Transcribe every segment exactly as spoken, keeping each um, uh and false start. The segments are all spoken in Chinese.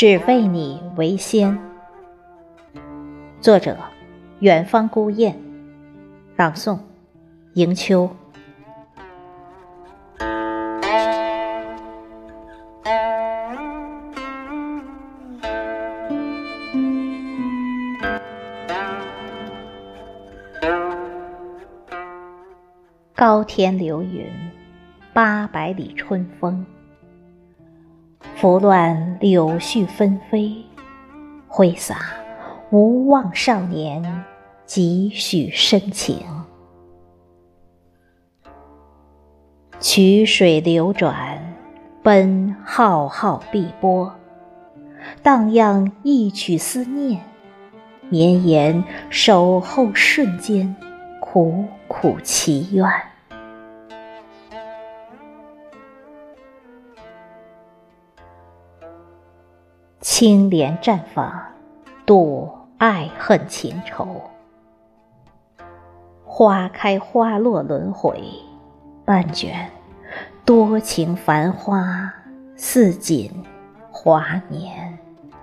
只为你为先。作者：远方孤雁，朗诵：迎秋。高天流云，八百里春风，拂乱柳絮纷飞，挥洒无望少年几许深情。曲水流转，奔浩浩碧波，荡漾一曲思念，绵延守候瞬间，苦苦祈愿。青莲绽放，渡爱恨情仇，花开花落轮回，半卷多情繁花，似锦华年。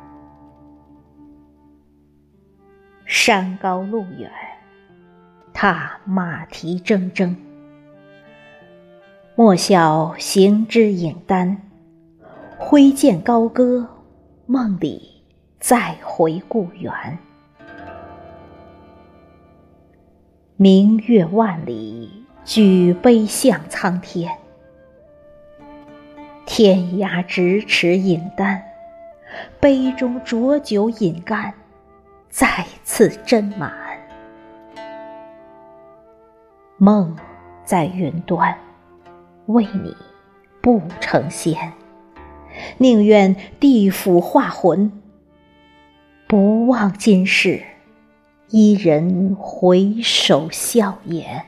山高路远，踏马蹄铮铮，莫笑行之影单，挥剑高歌，梦里再回故园。明月万里，举杯向苍天，天涯咫尺饮丹，杯中浊酒饮干，再次斟满。梦在云端，为你不成仙，宁愿地府化魂，不忘今世，伊人回首笑颜。